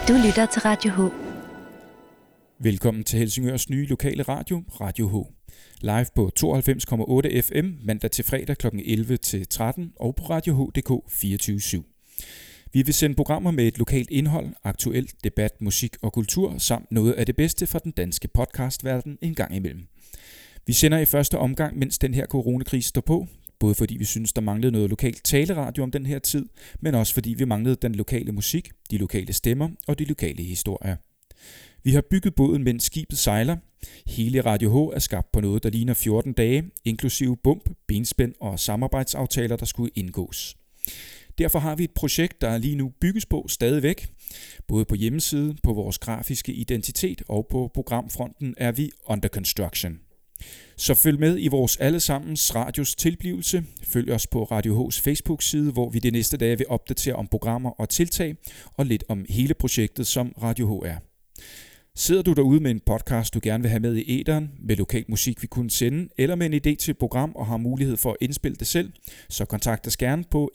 Du lytter til Radio H. Velkommen til Helsingørs nye lokale radio, Radio H. Live på 92,8 FM mandag til fredag kl. 11 til 13 og på radioh.dk 24/7. Vi vil sende programmer med et lokalt indhold, aktuel debat, musik og kultur, samt noget af det bedste fra den danske podcastverden en gang imellem. Vi sender i første omgang, mens den her coronakrise står på, både fordi vi synes, der manglede noget lokalt taleradio om den her tid, men også fordi vi manglede den lokale musik, de lokale stemmer og de lokale historier. Vi har bygget båden, mens skibet sejler. Hele Radio H er skabt på noget, der ligner 14 dage, inklusive bump, benspænd og samarbejdsaftaler, der skulle indgås. Derfor har vi et projekt, der lige nu bygges på stadigvæk. Både på hjemmesiden, på vores grafiske identitet og på programfronten er vi under construction. Så følg med i vores allesammens radios tilblivelse. Følg os på Radio H's Facebook-side, hvor vi de næste dage vil opdatere om programmer og tiltag, og lidt om hele projektet, som Radio H er. Sidder du derude med en podcast, du gerne vil have med i æteren, med lokal musik, vi kunne sende, eller med en idé til et program og har mulighed for at indspille det selv, så kontakt os gerne på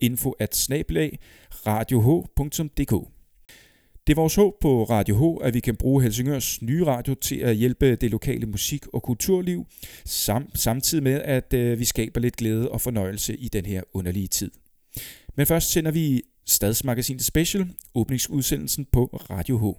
info@radioh.dk. Det er vores håb på Radio H, at vi kan bruge Helsingørs nye radio til at hjælpe det lokale musik- og kulturliv, samtidig med, at vi skaber lidt glæde og fornøjelse i den her underlige tid. Men først sender vi Stadsmagasinet Special, åbningsudsendelsen på Radio H.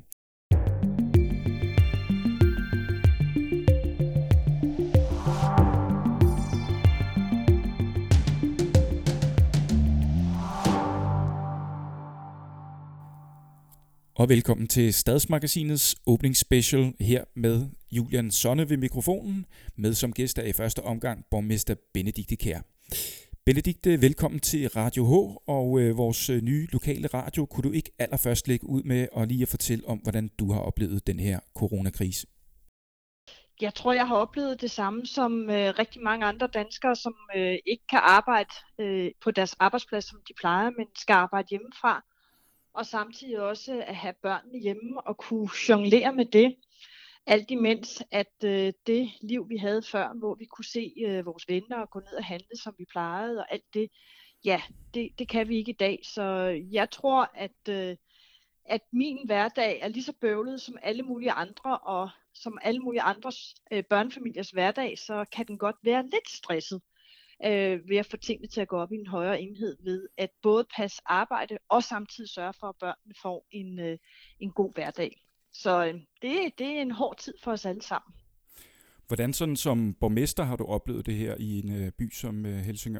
Og velkommen til Stadsmagasinets åbningsspecial her med Julian Sonne ved mikrofonen, med som gæst er i første omgang borgmester Benedikte Kjær. Benedikte, velkommen til Radio H og vores nye lokale radio. Kunne du ikke allerførst lægge ud med at lige at fortælle om, hvordan du har oplevet den her coronakrise? Jeg tror, jeg har oplevet det samme som rigtig mange andre danskere, som ikke kan arbejde på deres arbejdsplads, som de plejer, men skal arbejde hjemmefra. Og samtidig også at have børnene hjemme og kunne jonglere med det. Alt imens, at det liv, vi havde før, hvor vi kunne se vores venner og gå ned og handle, som vi plejede, og alt det, ja, det kan vi ikke i dag. Så jeg tror, at min hverdag er lige så bøvlet som alle mulige andre, og som alle mulige andres børnefamiliers hverdag, så kan den godt være lidt stresset. Ved at få tingene til at gå op i en højere enhed ved at både passe arbejde og samtidig sørge for, at børnene får en god hverdag. Så det er en hård tid for os alle sammen. Hvordan sådan som borgmester har du oplevet det her i en by som Helsingør?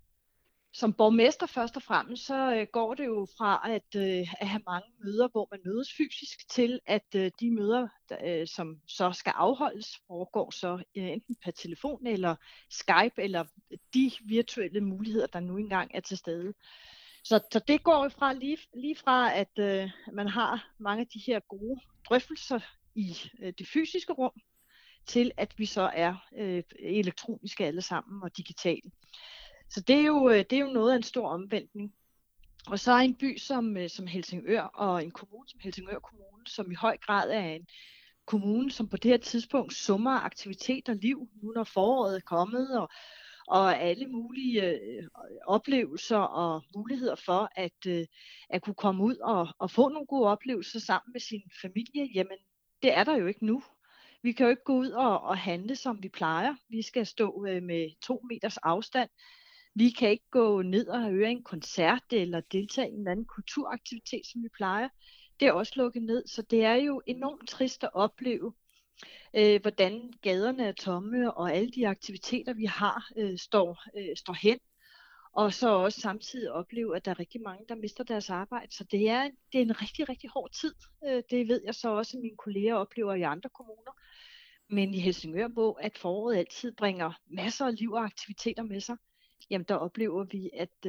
Som borgmester først og fremmest, så går det jo fra at have mange møder, hvor man mødes fysisk, til at de møder, som så skal afholdes, foregår så enten per telefon eller Skype, eller de virtuelle muligheder, der nu engang er til stede. Så det går jo fra lige fra, at man har mange af de her gode drøftelser i det fysiske rum, til at vi så er elektroniske alle sammen og digitale. Så det er jo noget af en stor omvæltning. Og så er en by som Helsingør og en kommune som Helsingør Kommune, som i høj grad er en kommune, som på det her tidspunkt summer aktivitet og liv, nu når foråret er kommet, og alle mulige oplevelser og muligheder for at kunne komme ud og få nogle gode oplevelser sammen med sin familie, jamen det er der jo ikke nu. Vi kan jo ikke gå ud og handle, som vi plejer. Vi skal stå med 2 meters afstand. Vi kan ikke gå ned og høre en koncert eller deltage i en anden kulturaktivitet, som vi plejer. Det er også lukket ned, så det er jo enormt trist at opleve, hvordan gaderne er tomme, og alle de aktiviteter, vi har, står hen. Og så også samtidig opleve, at der er rigtig mange, der mister deres arbejde. Så det er en rigtig, rigtig hård tid. Det ved jeg så også, at mine kolleger oplever i andre kommuner. Men i Helsingør, hvor at foråret altid bringer masser af liv og aktiviteter med sig, jamen der oplever vi,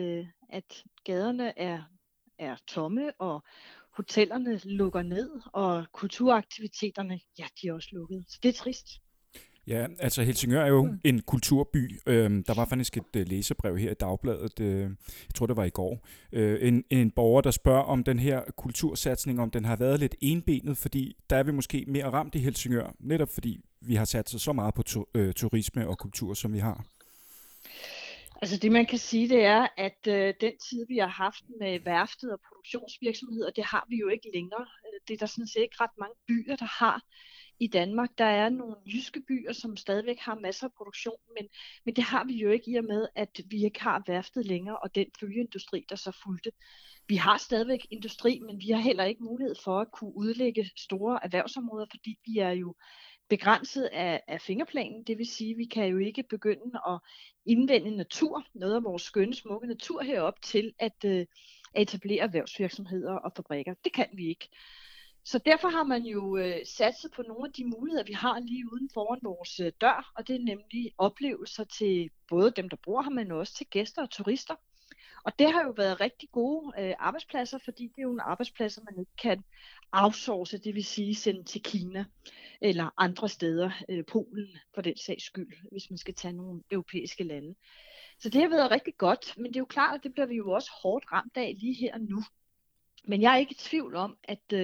at gaderne er tomme, og hotellerne lukker ned, og kulturaktiviteterne, ja, de er også lukket. Så det er trist. Ja, altså Helsingør er jo en kulturby. Der var faktisk et læserbrev her i Dagbladet, jeg tror det var i går. En borger, der spørger om den her kultursatsning, om den har været lidt enbenet, fordi der er vi måske mere ramt i Helsingør, netop fordi vi har sat så meget på turisme og kultur, som vi har. Altså det man kan sige, det er, at den tid vi har haft med værftet og produktionsvirksomheder, det har vi jo ikke længere. Det er der sådan set ikke ret mange byer, der har i Danmark. Der er nogle jyske byer, som stadigvæk har masser af produktion, men det har vi jo ikke i og med, at vi ikke har værftet længere, og den følgeindustri, der så fulgte. Vi har stadigvæk industri, men vi har heller ikke mulighed for at kunne udlægge store erhvervsområder, fordi vi er jo begrænset af fingerplanen. Det vil sige, at vi kan jo ikke begynde at indvende natur, noget af vores skønne, smukke natur herop til at etablere erhvervsvirksomheder og fabrikker. Det kan vi ikke. Så derfor har man jo satset på nogle af de muligheder, vi har lige uden foran vores dør, og det er nemlig oplevelser til både dem, der bor her, men også til gæster og turister. Og det har jo været rigtig gode arbejdspladser, fordi det er jo nogle arbejdspladser, man ikke kan outsource, det vil sige sende til Kina eller andre steder, Polen for den sags skyld, hvis man skal tage nogle europæiske lande. Så det har været rigtig godt, men det er jo klart, at det bliver vi jo også hårdt ramt af lige her og nu. Men jeg er ikke i tvivl om,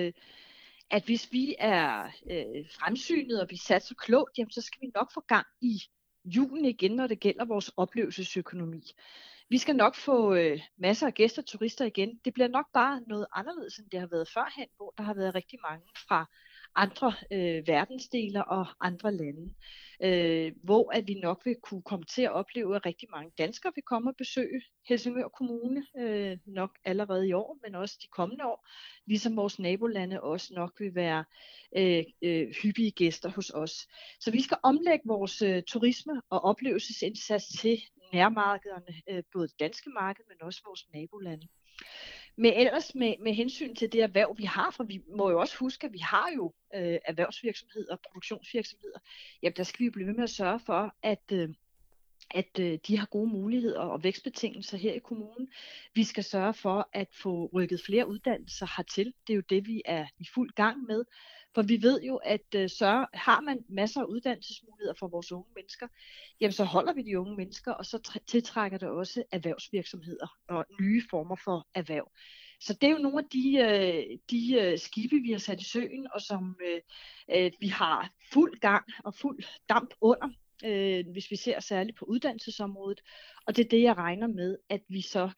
at hvis vi er fremsynet, og vi satser klogt, jamen, så skal vi nok få gang i julen igen, når det gælder vores oplevelsesøkonomi. Vi skal nok få masser af gæster og turister igen. Det bliver nok bare noget anderledes, end det har været førhen, hvor der har været rigtig mange fra andre verdensdele og andre lande. Hvor at vi nok vil kunne komme til at opleve, at rigtig mange danskere vil komme og besøge Helsingør Kommune, nok allerede i år, men også de kommende år, ligesom vores nabolande også nok vil være hyppige gæster hos os. Så vi skal omlægge vores turisme- og oplevelsesindsats til nærmarkederne, både det danske marked, men også vores nabolande. Men ellers med hensyn til det erhverv, vi har, for vi må jo også huske, at vi har jo erhvervsvirksomheder, produktionsvirksomheder, jamen der skal vi jo blive ved med at sørge for, at de har gode muligheder og vækstbetingelser her i kommunen. Vi skal sørge for at få rykket flere uddannelser hertil. Det er jo det, vi er i fuld gang med. For vi ved jo, at så har man masser af uddannelsesmuligheder for vores unge mennesker, jamen så holder vi de unge mennesker, og så tiltrækker det også erhvervsvirksomheder og nye former for erhverv. Så det er jo nogle af de skibe, vi har sat i søen, og som vi har fuld gang og fuld damp under, hvis vi ser særligt på uddannelsesområdet. Og det er det, jeg regner med, at vi så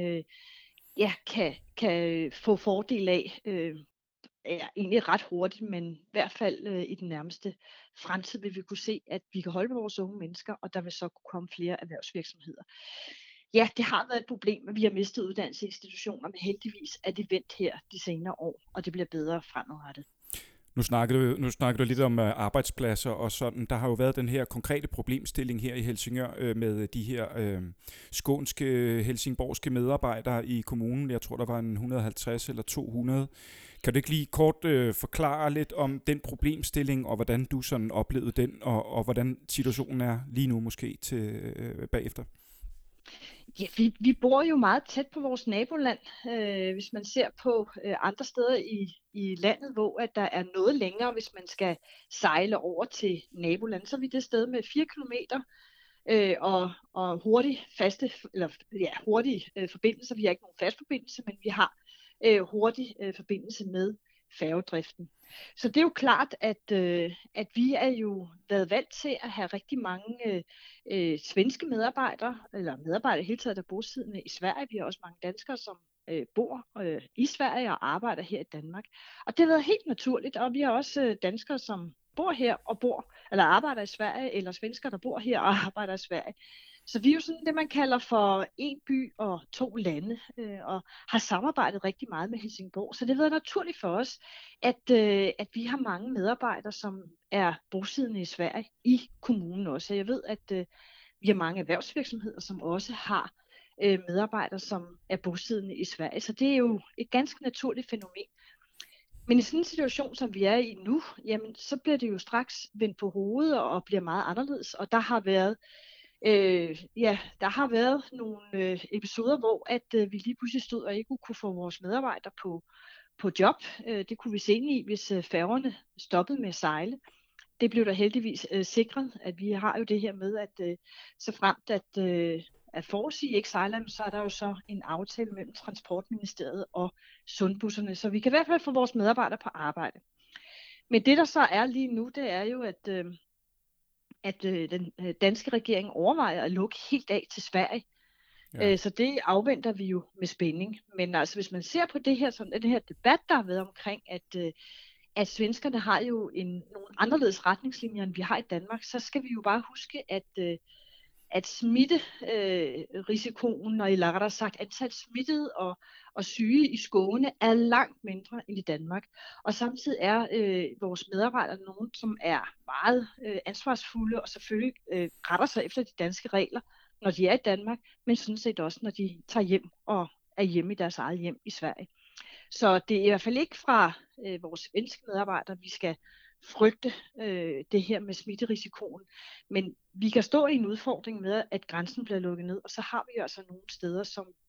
kan få fordel af, egentlig ret hurtigt, men i hvert fald i den nærmeste fremtid vil vi kunne se, at vi kan holde med vores unge mennesker, og der vil så kunne komme flere erhvervsvirksomheder. Ja, det har været et problem, at vi har mistet uddannelsesinstitutioner, men heldigvis er det vendt her de senere år, og det bliver bedre fremadrettet. Nu snakker du lidt om arbejdspladser og sådan. Der har jo været den her konkrete problemstilling her i Helsingør med de her skånske, helsingborgske medarbejdere i kommunen. Jeg tror, der var en 150 eller 200. Kan du ikke lige kort forklare lidt om den problemstilling, og hvordan du sådan oplevede den, og hvordan situationen er lige nu måske til bagefter? Ja, vi bor jo meget tæt på vores naboland, hvis man ser på andre steder i landet, hvor at der er noget længere, hvis man skal sejle over til naboland, så er vi det sted med 4 kilometer og hurtige forbindelser. Vi har ikke nogen fast forbindelse, men vi har hurtig forbindelse med færgedriften. Så det er jo klart, at vi er jo været valgt til at have rigtig mange svenske medarbejdere, eller medarbejdere hele taget, der er bosiddende i Sverige. Vi har også mange danskere, som bor i Sverige og arbejder her i Danmark. Og det har været helt naturligt, og vi har også danskere, som bor her og eller arbejder i Sverige, eller svensker, der bor her og arbejder i Sverige. Så vi er jo sådan det, man kalder for en by og 2 lande, og har samarbejdet rigtig meget med Helsingborg. Så det har været naturligt for os, at vi har mange medarbejdere, som er bosiddende i Sverige, i kommunen også. Jeg ved, at vi har mange erhvervsvirksomheder, som også har medarbejdere, som er bosiddende i Sverige. Så det er jo et ganske naturligt fænomen. Men i sådan en situation, som vi er i nu, jamen, så bliver det jo straks vendt på hovedet og bliver meget anderledes. Og der har været nogle episoder, hvor at vi lige pludselig stod og ikke kunne få vores medarbejdere på job. Det kunne vi se ind i, hvis færgerne stoppede med at sejle. Det blev der heldigvis sikret, at vi har jo det her med, at så fremt at forudsige ikke sejler, så er der jo så en aftale mellem Transportministeriet og Sundbusserne, så vi kan i hvert fald få vores medarbejdere på arbejde. Men det der så er lige nu, det er jo, at den danske regering overvejer at lukke helt af til Sverige. Ja. Så det afventer vi jo med spænding. Men altså, hvis man ser på det her, sådan, den her debat, der har været omkring, at svenskerne har jo nogle anderledes retningslinjer, end vi har i Danmark, så skal vi jo bare huske, at smitterisikoen, eller rettere sagt antal smittede og syge i Skåne, er langt mindre end i Danmark. Og samtidig er vores medarbejdere nogen, som er meget ansvarsfulde og selvfølgelig retter sig efter de danske regler, når de er i Danmark, men sådan set også, når de tager hjem og er hjemme i deres eget hjem i Sverige. Så det er i hvert fald ikke fra vores svenske medarbejdere, vi skal frygte det her med smitterisikoen. Men vi kan stå i en udfordring med, at grænsen bliver lukket ned, og så har vi altså nogle steder,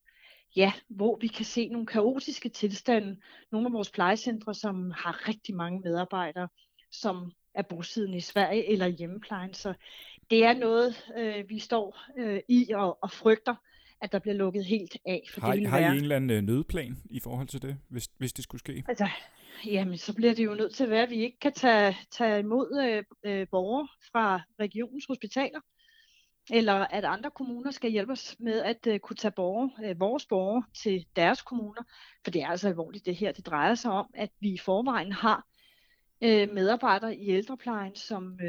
hvor vi kan se nogle kaotiske tilstande. Nogle af vores plejecentre, som har rigtig mange medarbejdere, som er bosiddende i Sverige eller i hjemmeplejen. Så det er noget, vi står i og frygter, at der bliver lukket helt af. For det Har I en eller anden nødplan i forhold til det, hvis det skulle ske? Altså, jamen, så bliver det jo nødt til at være, at vi ikke kan tage imod borgere fra regionens hospitaler, eller at andre kommuner skal hjælpe os med at kunne tage vores borgere til deres kommuner. For det er altså alvorligt det her. Det drejer sig om, at vi i forvejen har medarbejdere i ældreplejen, som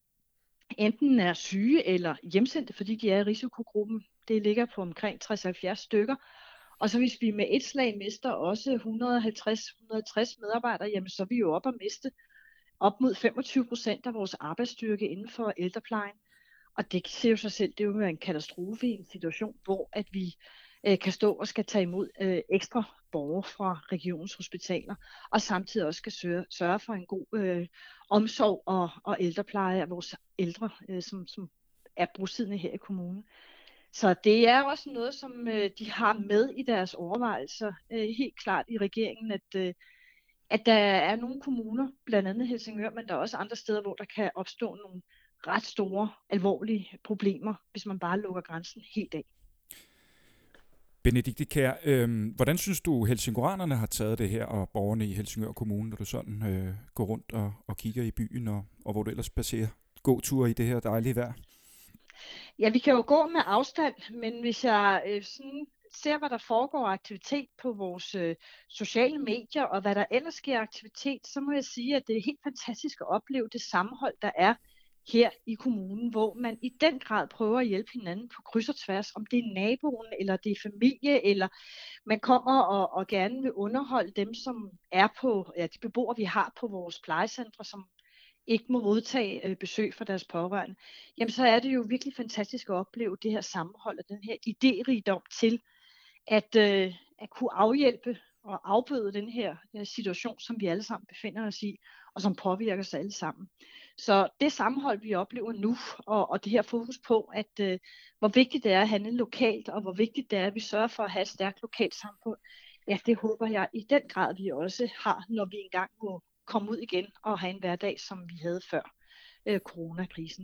enten er syge eller hjemsendte, fordi de er i risikogruppen. Det ligger på omkring 60-70 stykker. Og så hvis vi med et slag mister også 150-160 medarbejdere, jamen så er vi jo oppe at miste op mod 25% af vores arbejdsstyrke inden for ældreplejen. Og det ser jo sig selv, det er jo en katastrofe i en situation, hvor at vi kan stå og skal tage imod ekstra borgere fra regionens hospitaler, og samtidig også skal sørge for en god omsorg og ældrepleje af vores ældre, som er bosiddende her i kommunen. Så det er også noget, som de har med i deres overvejelser, helt klart i regeringen, at der er nogle kommuner, blandt andet Helsingør, men der er også andre steder, hvor der kan opstå nogle ret store, alvorlige problemer, hvis man bare lukker grænsen helt af. Benedikte Kjær, hvordan synes du, helsingøranerne har taget det her, og borgerne i Helsingør Kommune, når du sådan går rundt og kigger i byen, og hvor du ellers passerer gåture i det her dejlige vejr? Ja, vi kan jo gå med afstand, men hvis jeg sådan ser, hvad der foregår aktivitet på vores sociale medier, og hvad der ellers sker aktivitet, så må jeg sige, at det er helt fantastisk at opleve det sammenhold, der er her i kommunen, hvor man i den grad prøver at hjælpe hinanden på kryds og tværs, om det er naboen, eller det er familie, eller man kommer og gerne vil underholde dem, som er på, de beboere, vi har på vores plejecentre, som ikke må modtage besøg fra deres pårørende, jamen så er det jo virkelig fantastisk at opleve det her sammenhold og den her idérigdom til at kunne afhjælpe og afbøde den her situation, som vi alle sammen befinder os i, og som påvirker os alle sammen. Så det sammenhold, vi oplever nu, og det her fokus på, hvor vigtigt det er at handle lokalt, og hvor vigtigt det er, at vi sørger for at have et stærkt lokalt samfund, ja, det håber jeg i den grad, vi også har, når vi engang må komme ud igen og have en hverdag, som vi havde før coronakrisen.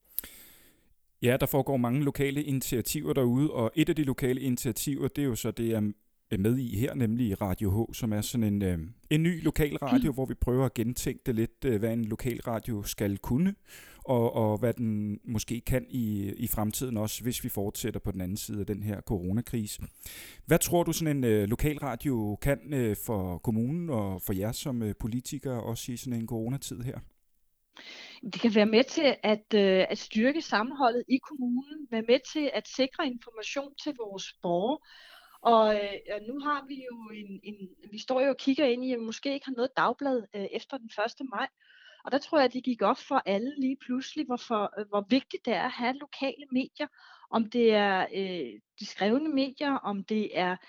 Ja, der foregår mange lokale initiativer derude, og et af de lokale initiativer, det er jo så det, jeg er med i her, nemlig Radio H, som er sådan en ny lokal radio, hvor vi prøver at gentænke det lidt, hvad en lokal radio skal kunne, og hvad den måske kan i fremtiden også, hvis vi fortsætter på den anden side af den her coronakrise. Hvad tror du sådan en lokal radio kan for kommunen og for jer som politikere, også i sådan en coronatid her? Det kan være med til at styrke sammenholdet i kommunen, være med til at sikre information til vores borgere. Og nu har vi jo vi står jo og kigger ind i, at vi måske ikke har noget dagblad efter den 1. maj. Og der tror jeg, at det gik op for alle lige pludselig, hvor vigtigt det er at have lokale medier. Om det er de skrevne medier, om det er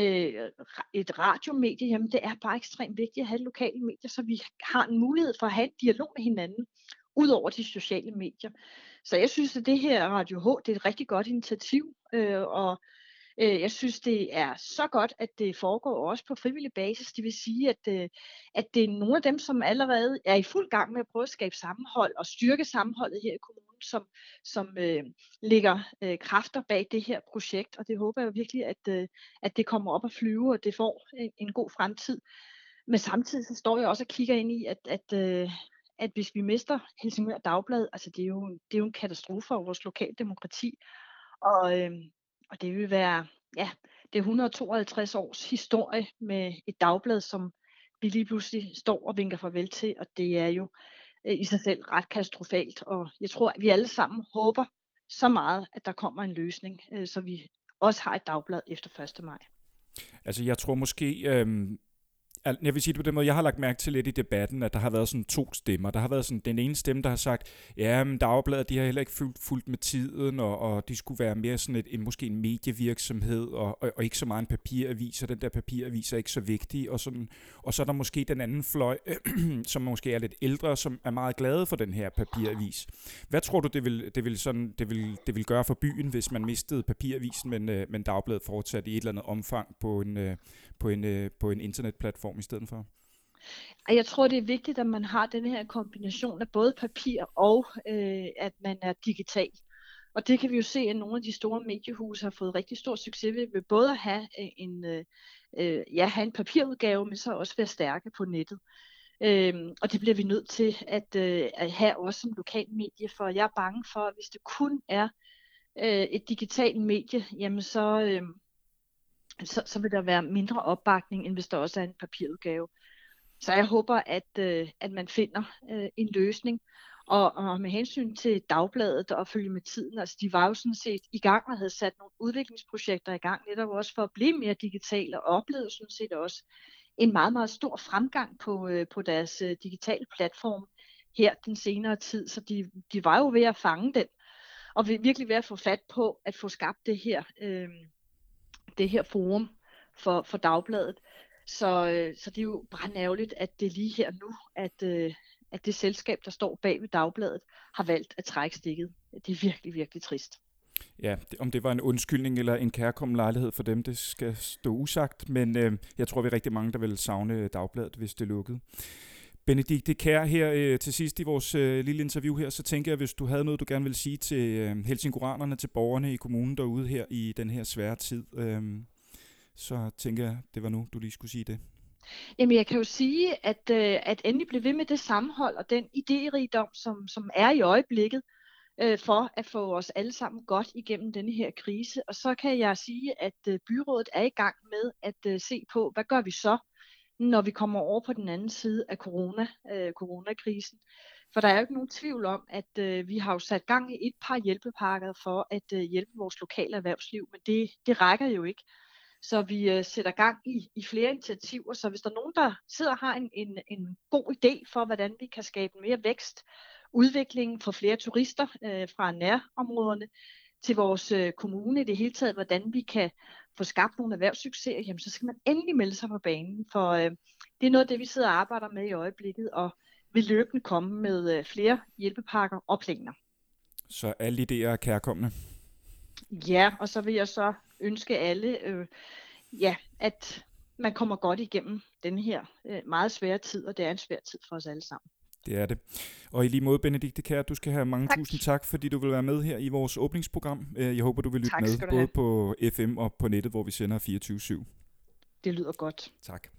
et radiomedie, jamen det er bare ekstremt vigtigt at have lokale medier, så vi har en mulighed for at have en dialog med hinanden, ud over de sociale medier. Så jeg synes, at det her Radio H, det er et rigtig godt initiativ, og jeg synes, det er så godt, at det foregår også på frivillig basis. Det vil sige, at det er nogle af dem, som allerede er i fuld gang med at prøve at skabe sammenhold og styrke sammenholdet her i kommunen, som lægger kræfter bag det her projekt. Og det håber jeg virkelig, at det kommer op at flyve, og det får en god fremtid. Men samtidig så står jeg også og kigger ind i, at hvis vi mister Helsingør Dagblad, altså det er jo en katastrofe for vores lokaldemokrati, og det vil være, ja, det er 152 års historie med et dagblad, som vi lige pludselig står og vinker farvel til, og det er jo i sig selv ret katastrofalt, og jeg tror, at vi alle sammen håber så meget, at der kommer en løsning, så vi også har et dagblad efter 1. maj. Altså jeg tror måske, jeg vil sige det på den måde, jeg har lagt mærke til lidt i debatten, at der har været sådan 2 stemmer. Der har været sådan den ene stemme, der har sagt, ja, men Dagbladet, de har heller ikke fulgt med tiden, og de skulle være mere sådan måske en medievirksomhed, og ikke så meget en papiravis, og den der papiravis er ikke så vigtig, og så er der måske den anden fløj, som måske er lidt ældre, som er meget glade for den her papiravis. Hvad tror du, det vil gøre for byen, hvis man mistede papiravisen, men Dagbladet fortsatte i et eller andet omfang på en internetplatform i stedet for? Jeg tror, det er vigtigt, at man har den her kombination af både papir og at man er digital. Og det kan vi jo se, at nogle af de store mediehuse har fået rigtig stor succes ved både at have en papirudgave, men så også være stærke på nettet. Og det bliver vi nødt til at have også som lokal medie, for jeg er bange for, at hvis det kun er et digitalt medie, jamen så vil der være mindre opbakning, end hvis der også er en papirudgave. Så jeg håber, at man finder en løsning. Og med hensyn til Dagbladet og følge med tiden, altså de var jo sådan set i gang og havde sat nogle udviklingsprojekter i gang, netop også for at blive mere digitale, og oplevede sådan set også en meget, meget stor fremgang på deres digitale platform her den senere tid. Så de var jo ved at fange den, og virkelig ved at få fat på at få skabt det her forum for Dagbladet. Så det er jo brandærgerligt, at det er lige her nu, at det selskab, der står bag ved Dagbladet, har valgt at trække stikket. Det er virkelig, virkelig trist. Ja, om det var en undskyldning eller en kærkommen lejlighed for dem, det skal stå usagt, men jeg tror, vi er rigtig mange, der vil savne Dagbladet, hvis det lukkede. Benedikte Kjær, her til sidst i vores lille interview her, så tænker jeg, hvis du havde noget, du gerne vil sige til helsingoranerne, til borgerne i kommunen derude her i den her svære tid, så tænker jeg, det var nu, du lige skulle sige det. Jamen jeg kan jo sige, at endelig blive ved med det sammenhold og den idérigdom, som er i øjeblikket, for at få os alle sammen godt igennem denne her krise. Og så kan jeg sige, at byrådet er i gang med at se på, hvad gør vi så, når vi kommer over på den anden side af coronakrisen. For der er jo ikke nogen tvivl om, at vi har jo sat gang i et par hjælpepakker for at hjælpe vores lokale erhvervsliv, men det rækker jo ikke. Så vi sætter gang i flere initiativer, så hvis der er nogen, der sidder og har en god idé for, hvordan vi kan skabe mere vækst, udvikling for flere turister fra nærområderne til vores kommune i det hele taget, hvordan vi kan få skabt nogle erhvervssucceser, jamen så skal man endelig melde sig på banen, for det er noget af det, vi sidder og arbejder med i øjeblikket, og vil løbende komme med flere hjælpepakker og planer. Så alle idéer er kærkomne? Ja, og så vil jeg så ønske alle, at man kommer godt igennem den her meget svære tid, og det er en svær tid for os alle sammen. Det er det. Og i lige måde, Benedikte Kjær, du skal have mange tusind tak, fordi du vil være med her i vores åbningsprogram. Jeg håber, du vil lytte med, både på FM og på nettet, hvor vi sender 24/7. Det lyder godt. Tak.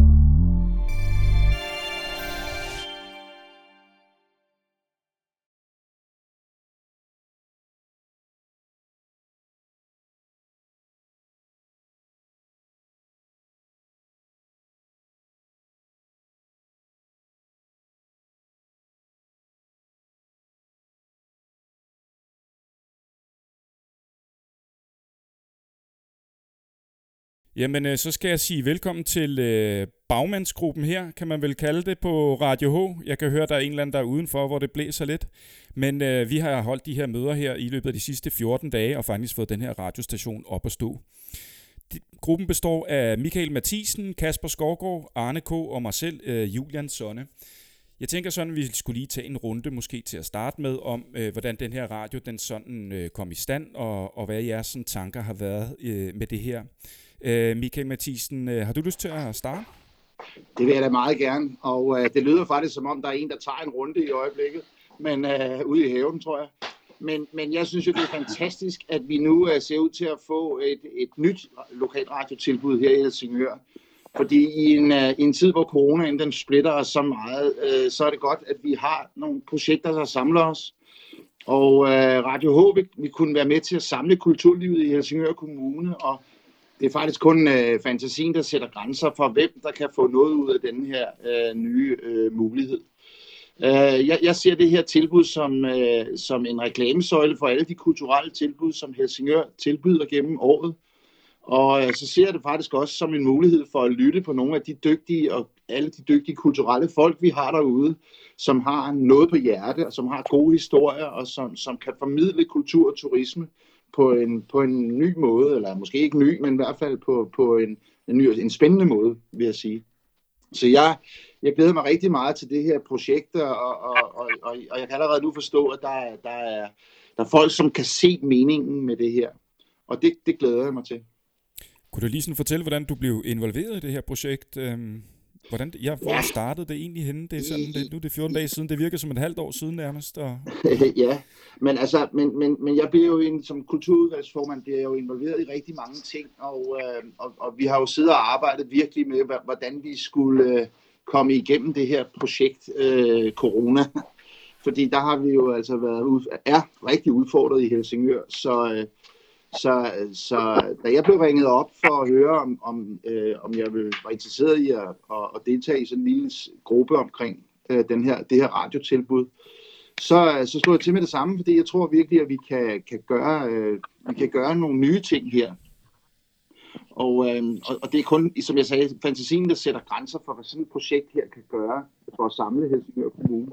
Jamen, så skal jeg sige velkommen til bagmandsgruppen her, kan man vel kalde det, på Radio H. Jeg kan høre, der er en eller anden, der er udenfor, hvor det blæser lidt. Men vi har holdt de her møder her i løbet af de sidste 14 dage, og faktisk fået den her radiostation op at stå. Gruppen består af Michael Mathisen, Kasper Skovgaard, Arne K. og mig selv, Julian Sonne. Jeg tænker sådan, at vi skulle lige tage en runde måske til at starte med, om hvordan den her radio den sådan kom i stand, og hvad jeres sådan, tanker har været med det her. Michael Mathisen, har du lyst til at starte? Det vil jeg da meget gerne, og det lyder faktisk som om, der er en, der tager en runde i øjeblikket, men ude i haven, tror jeg. Men jeg synes jo, det er fantastisk, at vi nu ser ud til at få et nyt lokalt radiotilbud her i Helsingør. Fordi i en tid, hvor coronaen den splitter os så meget, så er det godt, at vi har nogle projekter, der samler os. Og Radio H vil kunne være med til at samle kulturlivet i Helsingør Kommune, og det er faktisk kun fantasien, der sætter grænser for, hvem der kan få noget ud af denne her nye mulighed. Jeg ser det her tilbud som en reklamesøjle for alle de kulturelle tilbud, som Helsingør tilbyder gennem året. Og så ser jeg det faktisk også som en mulighed for at lytte på nogle af de dygtige og alle de dygtige kulturelle folk, vi har derude, som har noget på hjerte, og som har gode historier, og som kan formidle kultur og turisme på en ny måde, eller måske ikke ny, men i hvert fald på en spændende måde, vil jeg sige. Så jeg glæder mig rigtig meget til det her projekt, og jeg kan allerede nu forstå, at der er folk, som kan se meningen med det her, og det glæder jeg mig til. Kunne du lige sådan fortælle, hvordan du blev involveret i det her projekt? Hvor startede det egentlig henne? Det er sådan, nu er det 14 dage siden. Det virker som et halvt år siden nærmest. Og... Ja, men jeg bliver jo som kulturudvalgsformand bliver jeg jo involveret i rigtig mange ting, og vi har jo siddet og arbejdet virkelig med, hvordan vi skulle komme igennem det her projekt corona. Fordi der har vi jo altså er rigtig udfordret i Helsingør, så da jeg blev ringet op for at høre, om jeg var interesseret i at deltage i sådan en lille gruppe omkring det her radiotilbud, så slog jeg til med det samme, fordi jeg tror virkelig, at vi kan gøre nogle nye ting her. Og det er kun, som jeg sagde, fantasien, der sætter grænser for, hvad sådan et projekt her kan gøre for at samle Helsingør Kommune.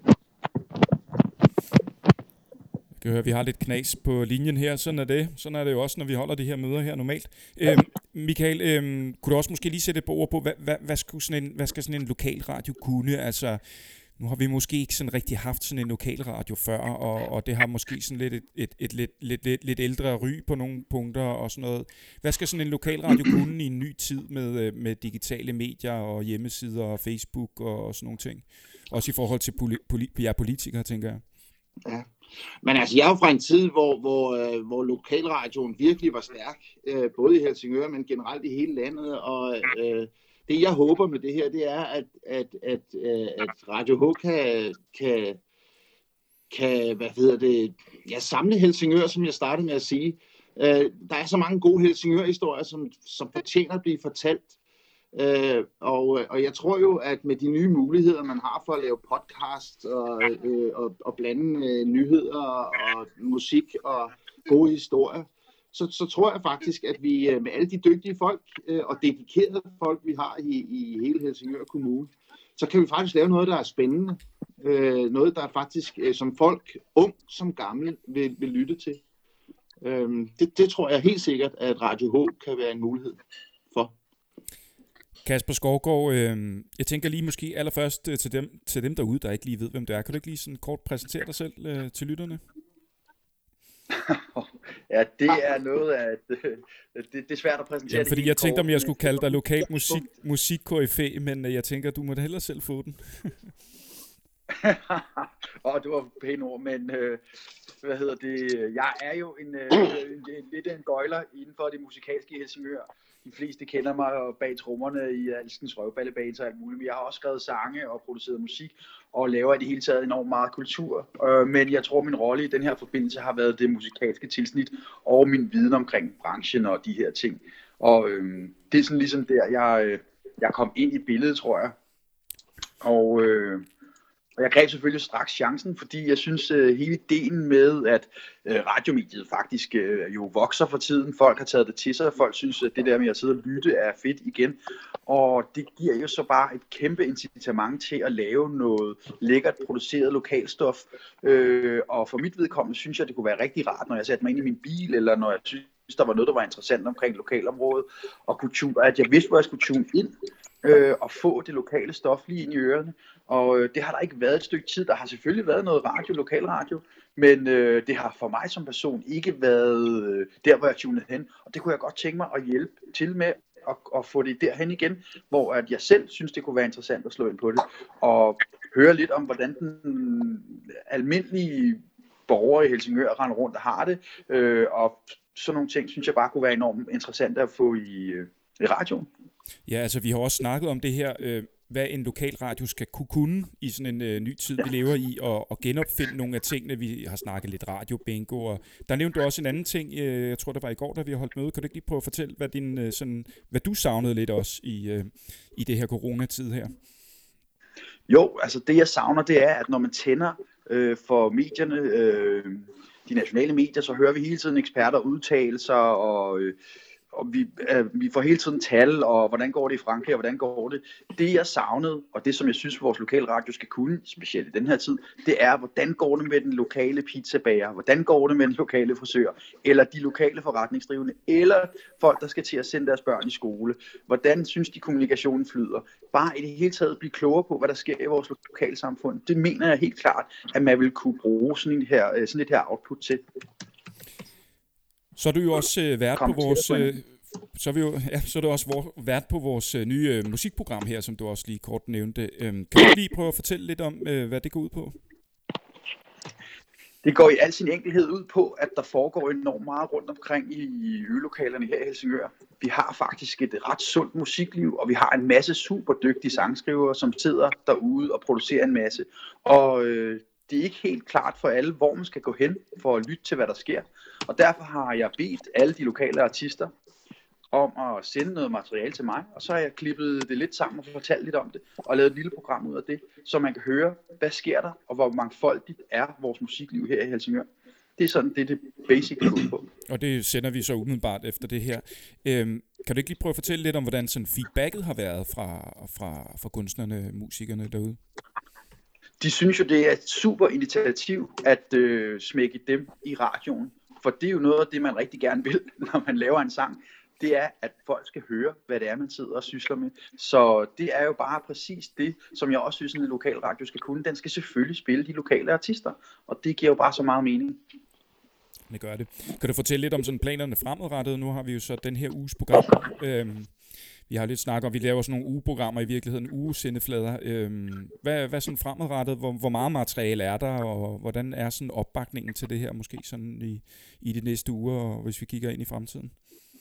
Jeg kan høre, vi har lidt knas på linjen her. Sådan er det. Sådan er det jo også, når vi holder de her møder her normalt. Michael, kunne du også måske lige sætte et par ord på, hvad skal sådan en lokal radio kunne? Altså, nu har vi måske ikke sådan rigtig haft sådan en lokal radio før, og det har måske sådan lidt ældre ry på nogle punkter og sådan noget. Hvad skal sådan en lokal radio kunne i en ny tid med digitale medier og hjemmesider og Facebook og sådan nogle ting? Også i forhold til jer politikere, tænker jeg. Ja. Men altså, jeg er jo fra en tid, hvor lokalradioen virkelig var stærk, både i Helsingør, men generelt i hele landet, og det jeg håber med det her, det er, at Radio H kan samle Helsingør, som jeg startede med at sige. Der er så mange gode Helsingør-historier, som fortjener at blive fortalt. Og jeg tror jo, at med de nye muligheder, man har for at lave podcast og blande nyheder og musik og gode historier, så tror jeg faktisk, at vi med alle de dygtige folk og dedikerede folk, vi har i hele Helsingør Kommune, så kan vi faktisk lave noget, der er spændende. Noget, der faktisk som folk, ung som gammel, vil lytte til. Det tror jeg helt sikkert, at Radio H kan være en mulighed for. Kasper Skovgaard, jeg tænker lige måske allerførst til dem derude, der ikke lige ved, hvem det er. Kan du ikke lige sådan kort præsentere dig selv til lytterne? Ja, det er noget af det er svært at præsentere. Jamen, fordi jeg tænkte, om jeg skulle kalde dig lokal musik-KFA, men jeg tænker, du må da hellere selv få den. Det var pæne ord, men jeg er jo lidt en gøjler inden for det musikalske i Helsingør. De fleste kender mig bag trommerne i alskens røvballebaner og alt muligt. Men jeg har også skrevet sange og produceret musik og laver i det hele taget enormt meget kultur. Men jeg tror, min rolle i den her forbindelse har været det musikalske tilsnit og min viden omkring branchen og de her ting. Og det er sådan ligesom der, jeg kom ind i billedet, tror jeg. Og jeg greb selvfølgelig straks chancen, fordi jeg synes hele ideen med, at radiomediet faktisk jo vokser for tiden. Folk har taget det til sig, folk synes, at det der med at sidde og lytte er fedt igen. Og det giver jo så bare et kæmpe incitament til at lave noget lækkert produceret lokalstof. Og for mit vedkommende synes jeg, det kunne være rigtig rart, når jeg satte mig ind i min bil, eller når jeg synes, der var noget, der var interessant omkring lokalområdet, og at jeg vidste, hvor jeg skulle tune ind og få det lokale stof lige ind i ørerne. Og det har der ikke været et stykke tid. Der har selvfølgelig været noget lokalradio, men det har for mig som person ikke været der, hvor jeg tunede hen. Og det kunne jeg godt tænke mig at hjælpe til med at få det derhen igen, hvor at jeg selv synes, det kunne være interessant at slå ind på det. Og høre lidt om, hvordan den almindelige borger i Helsingør render rundt og har det. Og sådan nogle ting, synes jeg bare kunne være enormt interessant at få i radioen. Ja, altså vi har også snakket om det her, hvad en lokal radio skal kunne i sådan en ny tid, vi lever i, og genopfinde nogle af tingene. Vi har snakket lidt radiobingo, og der nævnte du også en anden ting, jeg tror det var i går, da vi har holdt møde. Kan du ikke lige prøve at fortælle, hvad du savnede lidt også i det her coronatid her? Jo, altså det jeg savner, det er, at når man tænder for medierne, de nationale medier, så hører vi hele tiden eksperter udtale sig, og vi får hele tiden tal, og hvordan går det i Frankrig, og hvordan går det. Det jeg savnede, og det som jeg synes vores lokale radio skal kunne, specielt i den her tid, det er, hvordan går det med den lokale pizzabager, hvordan går det med den lokale frisør, eller de lokale forretningsdrivende, eller folk, der skal til at sende deres børn i skole. Hvordan synes de kommunikationen flyder? Bare i det hele taget blive klogere på, hvad der sker i vores lokalsamfund. Det mener jeg helt klart, at man vil kunne bruge sådan et her output til. Så er du jo også vært på vores nye musikprogram her, som du også lige kort nævnte. Kan du lige prøve at fortælle lidt om, hvad det går ud på? Det går i al sin enkelhed ud på, at der foregår enormt meget rundt omkring i øvelokalerne her i Helsingør. Vi har faktisk et ret sundt musikliv, og vi har en masse super dygtige sangskrivere, som sidder derude og producerer en masse. Og det er ikke helt klart for alle, hvor man skal gå hen for at lytte til, hvad der sker. Og derfor har jeg bedt alle de lokale artister om at sende noget materiale til mig, og så har jeg klippet det lidt sammen og fortalt lidt om det, og lavet et lille program ud af det, så man kan høre, hvad sker der, og hvor mangfoldigt er vores musikliv her i Helsingør. Det er sådan, det basic går ud på. Og det sender vi så umiddelbart efter det her. Kan du ikke lige prøve at fortælle lidt om, hvordan sådan feedbacket har været fra kunstnerne, musikerne derude? De synes jo, det er et super initiativ at smække dem i radioen, for det er jo noget af det, man rigtig gerne vil, når man laver en sang. Det er, at folk skal høre, hvad det er, man sidder og sysler med. Så det er jo bare præcis det, som jeg også synes, en lokal radio skal kunne. Den skal selvfølgelig spille de lokale artister, og det giver jo bare så meget mening. Det gør det. Kan du fortælle lidt om sådan planerne fremadrettet? Nu har vi jo så den her uges program. Vi har lidt snakket om, vi laver sådan nogle ugeprogrammer i virkeligheden, ugesendeflader. Hvad er sådan fremadrettet? Hvor meget materiale er der, og hvordan er sådan opbakningen til det her måske sådan i de næste uger, og hvis vi kigger ind i fremtiden?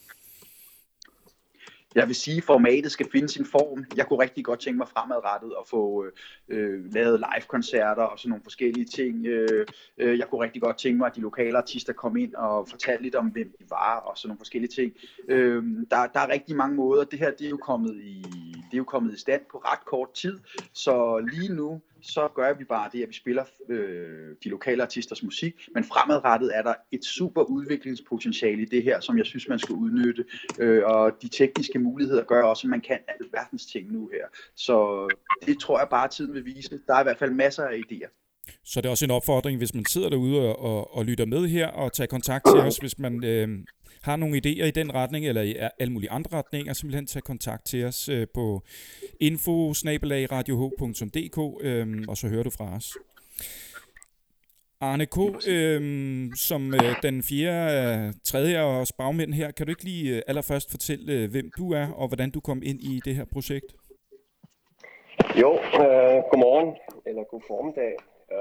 Jeg vil sige, at formatet skal finde sin form. Jeg kunne rigtig godt tænke mig fremadrettet at få lavet live-koncerter og sådan nogle forskellige ting. Jeg kunne rigtig godt tænke mig, at de lokale artister kom ind og fortalte lidt om, hvem de var og sådan nogle forskellige ting. Der er rigtig mange måder. Det her det er jo kommet i stand på ret kort tid. Så lige nu så gør vi bare det, at vi spiller de lokale artisters musik, men fremadrettet er der et super udviklingspotentiale i det her, som jeg synes, man skal udnytte, og de tekniske muligheder gør også, at man kan alverdens ting nu her. Så det tror jeg bare, at tiden vil vise. Der er i hvert fald masser af idéer. Så det er også en opfordring, hvis man sidder derude og lytter med her, og tager kontakt til os, hvis man har nogle idéer i den retning, eller i alle mulige andre retninger, simpelthen tage kontakt til os på info@radioh.dk, og så hører du fra os. Arne K., som den tredje og os bagmænd her, kan du ikke lige allerførst fortælle, hvem du er, og hvordan du kom ind i det her projekt? Jo, godmorgen, eller god formiddag.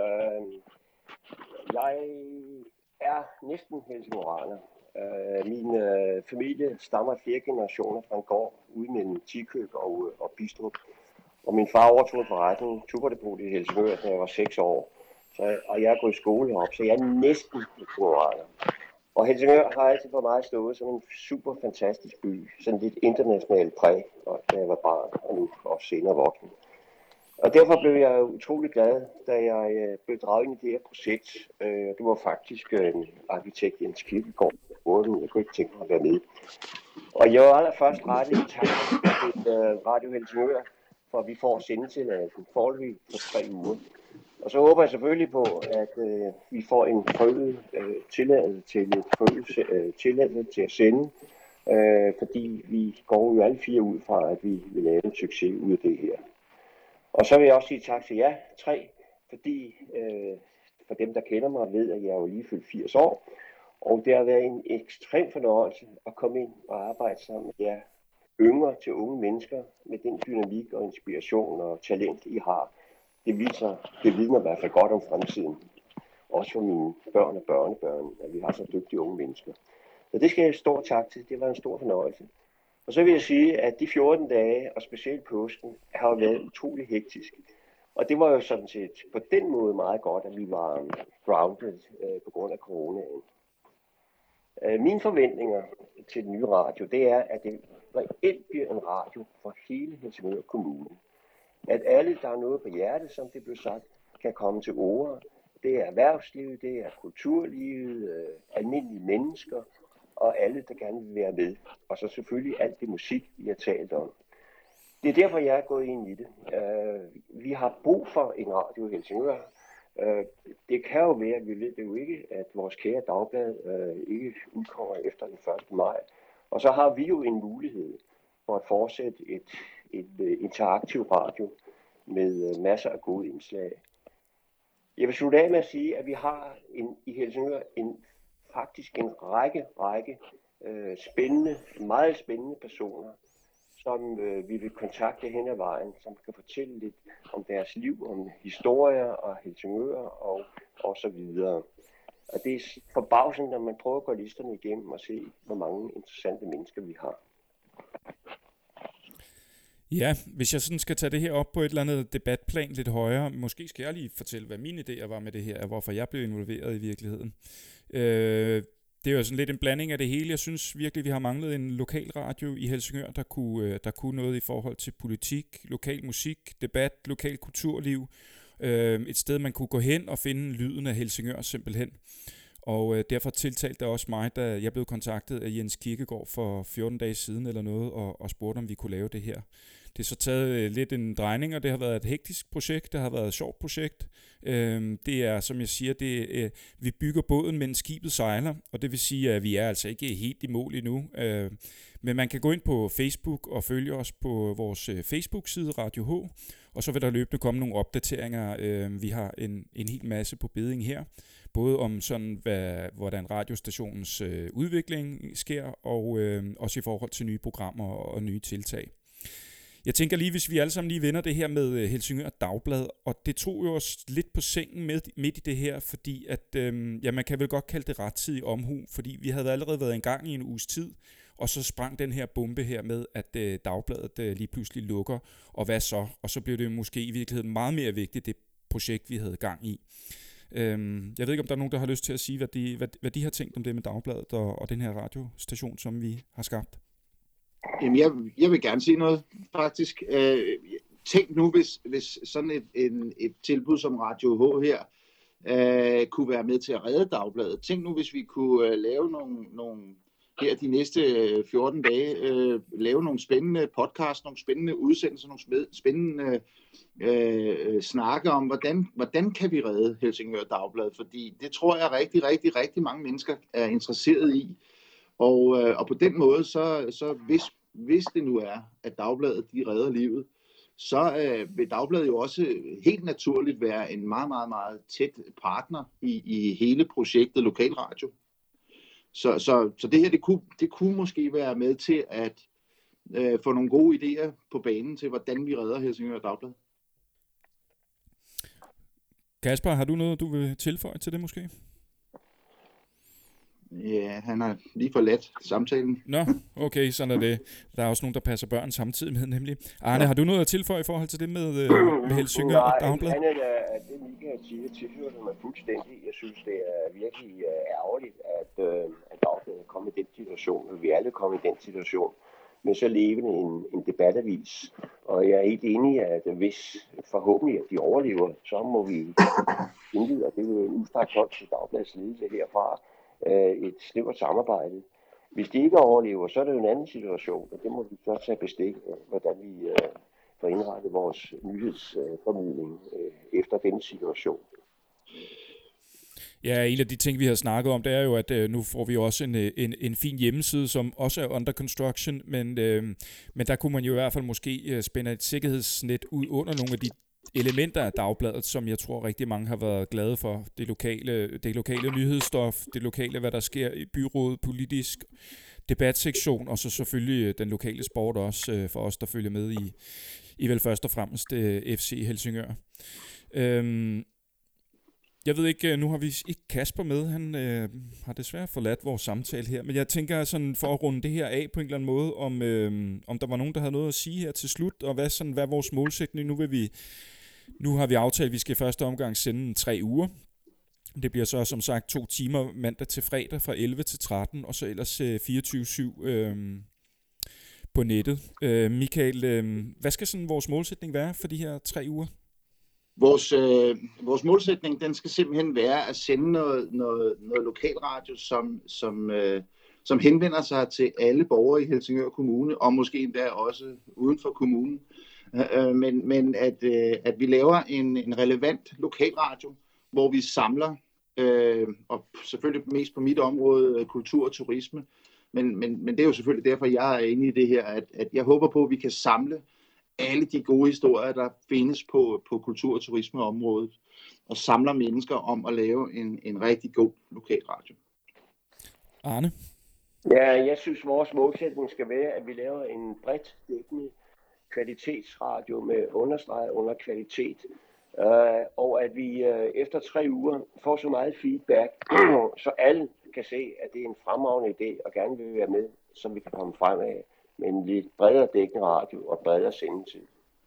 Jeg er næsten helsingøraner. Min familie stammer 4 generationer fra en gård ude mellem Tikøb og Bistrup. Og min far overtog forretningen Tuborgdepot i Helsingør, da jeg var 6 år. Og jeg er gået i skole heroppe, så jeg er næsten helsingøraner. Og Helsingør har altid for mig stået som en super fantastisk by. Sådan lidt internationalt præg, da jeg var barn og nu også senere voksen. Og derfor blev jeg utrolig glad, da jeg blev draget ind i det her projekt. Det var faktisk arkitekt Jens Kirkegaard, jeg kunne ikke tænke mig at være med. Og jeg var allerførst rettet i tak til Radio Helsingør, for at vi får sendetilladelsen foreløbig på 3 uger. Og så håber jeg selvfølgelig på, at vi får en tilladelse til at sende, fordi vi går jo alle 4 ud fra, at vi vil lave en succes ud af det her. Og så vil jeg også sige tak til jer 3, fordi for dem, der kender mig, ved, at jeg er jo lige fyldt 80 år. Og det har været en ekstrem fornøjelse at komme ind og arbejde sammen med jer yngre til unge mennesker med den dynamik og inspiration og talent, I har. Det vidner i hvert fald godt om fremtiden. Også for mine børn og børnebørn, at vi har så dygtige unge mennesker. Så det skal jeg stor tak til. Det var en stor fornøjelse. Og så vil jeg sige, at de 14 dage, og specielt påsken, har jo været utrolig hektisk. Og det var jo sådan set på den måde meget godt, at vi var grounded på grund af coronaen. Mine forventninger til den nye radio, det er, at det reelt bliver en radio for hele Helsingør Kommune. At alle, der er noget på hjertet, som det blev sagt, kan komme til ord. Det er erhvervslivet, det er kulturlivet, almindelige mennesker, og alle, der gerne vil være med. Og så selvfølgelig alt det musik, vi har talt om. Det er derfor, jeg er gået ind i det. Vi har brug for en radio i Helsingør. Det kan jo være, vi ved det jo ikke, at vores kære dagblad ikke udkommer efter den 1. maj. Og så har vi jo en mulighed for at fortsætte et interaktiv radio med masser af gode indslag. Jeg vil slutte af med at sige, at vi har i Helsingør faktisk en række meget spændende personer, som vi vil kontakte hen ad vejen, som kan fortælle lidt om deres liv, om historier og Helsingør og så videre. Og det er forbavsende, når man prøver at gå listerne igennem og se, hvor mange interessante mennesker vi har. Ja, hvis jeg sådan skal tage det her op på et eller andet debatplan lidt højere, måske skal jeg lige fortælle, hvad mine idéer var med det her, og hvorfor jeg blev involveret i virkeligheden. Det er jo sådan lidt en blanding af det hele. Jeg synes virkelig, vi har manglet en lokal radio i Helsingør, der kunne noget i forhold til politik, lokal musik, debat, lokal kulturliv. Et sted, man kunne gå hen og finde lyden af Helsingør simpelthen. Og derfor tiltalte det også mig, da jeg blev kontaktet af Jens Kirkegaard for 14 dage siden eller noget, og spurgte, om vi kunne lave det her. Det er så taget lidt en drejning, og det har været et hektisk projekt, det har været et sjovt projekt. Det er, som jeg siger, vi bygger båden, men skibet sejler, og det vil sige, at vi er altså ikke helt i mål endnu. Men man kan gå ind på Facebook og følge os på vores Facebook-side Radio H, og så vil der løbende komme nogle opdateringer. Vi har en hel masse på bedding her, både om sådan, hvordan radiostationens udvikling sker, og også i forhold til nye programmer og nye tiltag. Jeg tænker lige, hvis vi alle sammen lige vender det her med Helsingør Dagblad, og det tog jo os lidt på sengen midt i det her, fordi at, man kan vel godt kalde det rettidig omhu, fordi vi havde allerede været i gang i en uges tid, og så sprang den her bombe her med, at Dagbladet lige pludselig lukker, og hvad så? Og så blev det måske i virkeligheden meget mere vigtigt, det projekt, vi havde gang i. Jeg ved ikke, om der er nogen, der har lyst til at sige, hvad de har tænkt om det med Dagbladet og den her radiostation, som vi har skabt. Jamen, jeg vil gerne sige noget, faktisk. Tænk nu, hvis sådan et tilbud som Radio H her kunne være med til at redde Dagbladet. Tænk nu, hvis vi kunne lave nogle her de næste 14 dage, lave nogle spændende podcasts, nogle spændende udsendelser, nogle spændende snakke om, hvordan kan vi redde Helsingør Dagblad, fordi det tror jeg rigtig mange mennesker er interesseret i. Og på den måde, så hvis det nu er, at Dagbladet de redder livet, så vil Dagbladet jo også helt naturligt være en meget tæt partner i hele projektet Lokalradio. Så det her, det kunne måske være med til at få nogle gode idéer på banen til, hvordan vi redder Helsingør Dagblad. Kasper, har du noget, du vil tilføje til det måske? Ja, han har lige forladt samtalen. Nå, okay, sådan er det. Der er også nogen, der passer børn samtidig med, nemlig. Arne, har du noget at tilføje i forhold til det med Helsingør og Dagblad? Nej, det Michael siger, tilhører mig fuldstændig. Jeg synes, det er virkelig ærgerligt, at Dagbladet er kommet i den situation, og vi alle er kommet i den situation, med så levende en debatavis. Og jeg er helt enig, at hvis forhåbentlig, at de overlever, så må vi indvide, og det er jo en udstrakt hånd til Dagbladets ledelse herfra, et snævert samarbejde. Hvis de ikke overlever, så er det jo en anden situation, og det må vi så tage bestik af, hvordan vi får indrettet vores nyhedsformidling efter denne situation. Ja, en af de ting, vi har snakket om, det er jo, at nu får vi også en fin hjemmeside, som også er under construction, men der kunne man jo i hvert fald måske spænde et sikkerhedsnet ud under nogle af de elementer af Dagbladet, som jeg tror rigtig mange har været glade for. Det lokale nyhedsstof, det lokale, hvad der sker i byrådet, politisk, debatsektion, og så selvfølgelig den lokale sport også for os, der følger med i vel først og fremmest FC Helsingør. Jeg ved ikke, nu har vi ikke Kasper med, han har desværre forladt vores samtale her, men jeg tænker sådan for at runde det her af på en eller anden måde, om der var nogen, der havde noget at sige her til slut, og hvad er vores målsætning? Nu har vi aftalt, at vi skal i første omgang sende 3 uger. Det bliver så som sagt 2 timer mandag til fredag fra 11 til 13, og så ellers 24/7 på nettet. Michael, hvad skal sådan vores målsætning være for de her 3 uger? Vores målsætning, den skal simpelthen være at sende noget lokalradio, som henvender sig til alle borgere i Helsingør Kommune, og måske endda også uden for kommunen. Men at vi laver en relevant lokalradio, hvor vi samler, og selvfølgelig mest på mit område, kultur og turisme. Men det er jo selvfølgelig derfor, jeg er inde i det her, at jeg håber på, at vi kan samle alle de gode historier, der findes på kultur- og turismeområdet, og samler mennesker om at lave en rigtig god lokalradio. Arne? Ja, jeg synes, vores målsætning skal være, at vi laver en bredt dækkende kvalitetsradio med understreget under kvalitet, og at vi efter 3 uger får så meget feedback, så alle kan se, at det er en fremragende idé og gerne vil være med, så vi kan komme frem af med en lidt bredere dækkende radio og bredere sendetid.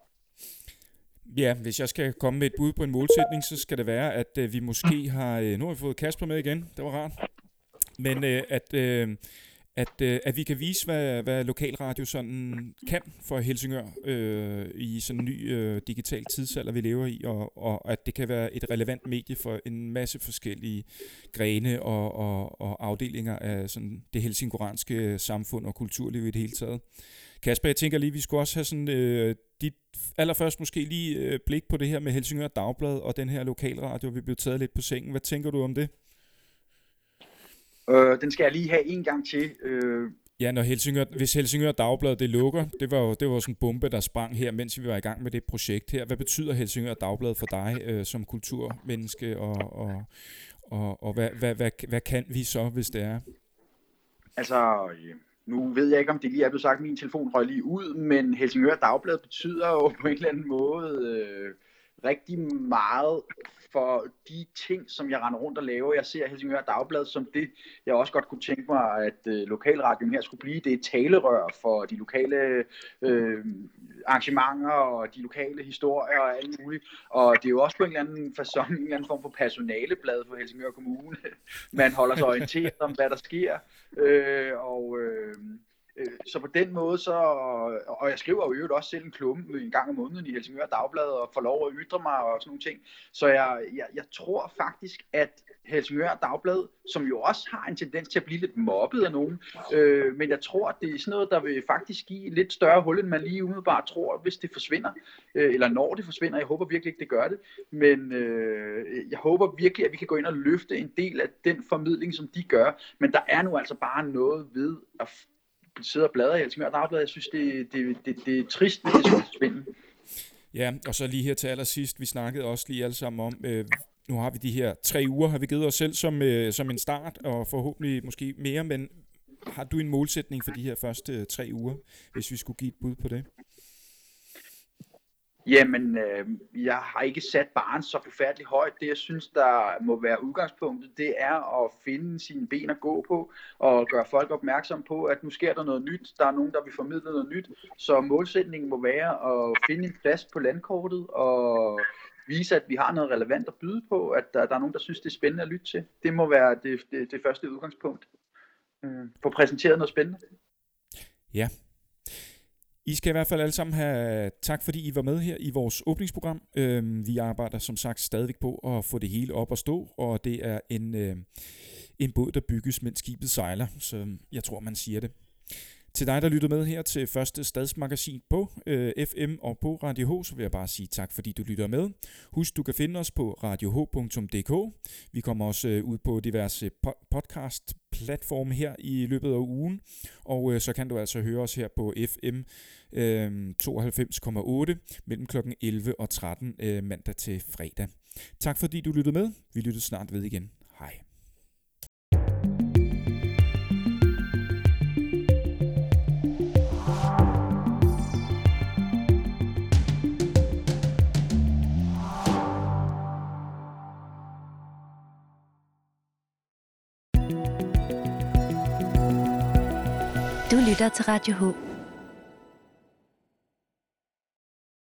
Ja, hvis jeg skal komme med et bud på en målsætning, så skal det være, at vi måske har... Nu har vi fået Kasper med igen, det var rart. Men at vi kan vise, hvad lokalradio sådan kan for Helsingør i sådan en ny digital tidsalder, vi lever i, og at det kan være et relevant medie for en masse forskellige grene og afdelinger af sådan det helsingøranske samfund og kulturliv i det hele taget. Kasper, jeg tænker lige, vi skulle også have sådan dit allerførst måske lige blik på det her med Helsingør Dagblad og den her lokalradio, vi blev taget lidt på sengen. Hvad tænker du om det? Den skal jeg lige have en gang til. Ja, hvis Helsingør Dagblad det lukker, det var sådan en bombe, der sprang her, mens vi var i gang med det projekt her. Hvad betyder Helsingør Dagblad for dig som kulturmenneske, og hvad kan vi så, hvis det er? Altså, nu ved jeg ikke, om det lige er blevet sagt, min telefon røg lige ud, men Helsingør Dagblad betyder jo på en eller anden måde rigtig meget for de ting, som jeg render rundt og laver. Jeg ser Helsingør Dagblad som det, jeg også godt kunne tænke mig, at lokalradioen her skulle blive. Det er et talerør for de lokale arrangementer og de lokale historier og alt muligt. Og det er jo også på en eller anden facon, en eller anden form for personaleblad for Helsingør Kommune. Man holder sig orienteret om, hvad der sker. Så på den måde, og jeg skriver jo øvrigt også selv en klumme en gang om måneden i Helsingør Dagblad og får lov at ytre mig og sådan nogle ting. Så jeg tror faktisk, at Helsingør Dagblad, som jo også har en tendens til at blive lidt mobbet af nogen, men jeg tror, at det er sådan noget, der vil faktisk give lidt større hul, end man lige umiddelbart tror, hvis det forsvinder, eller når det forsvinder. Jeg håber virkelig ikke, det gør det, men jeg håber virkelig, at vi kan gå ind og løfte en del af den formidling, som de gør, men der er nu altså bare noget ved at sidder og bladrer i Helsingør Dagblad. Jeg synes, det er trist, hvis det skulle forsvinde. Ja, og så lige her til allersidst, vi snakkede også lige alle sammen om, nu har vi de her 3 uger, har vi givet os selv som en start, og forhåbentlig måske mere, men har du en målsætning for de her første 3 uger, hvis vi skulle give et bud på det? Jamen, jeg har ikke sat barren så forfærdeligt højt. Det, jeg synes, der må være udgangspunktet, det er at finde sine ben at gå på, og gøre folk opmærksom på, at nu sker der noget nyt. Der er nogen, der vil formidle noget nyt. Så målsætningen må være at finde en plads på landkortet, og vise, at vi har noget relevant at byde på, at der er nogen, der synes, det er spændende at lytte til. Det må være det første udgangspunkt. Få præsenteret noget spændende. Ja. I skal i hvert fald alle sammen have tak, fordi I var med her i vores åbningsprogram. Vi arbejder som sagt stadigvæk på at få det hele op at stå, og det er en båd, der bygges, mens skibet sejler, så jeg tror, man siger det. Til dig, der lyttede med her til første stadsmagasin på FM og på Radio H, så vil jeg bare sige tak, fordi du lytter med. Husk, du kan finde os på radioh.dk. Vi kommer også ud på diverse podcast-platforme her i løbet af ugen, og så kan du altså høre os her på FM 92,8 mellem kl. 11 og 13 mandag til fredag. Tak, fordi du lyttede med. Vi lytter snart ved igen. Hej. Du lytter til Radio H.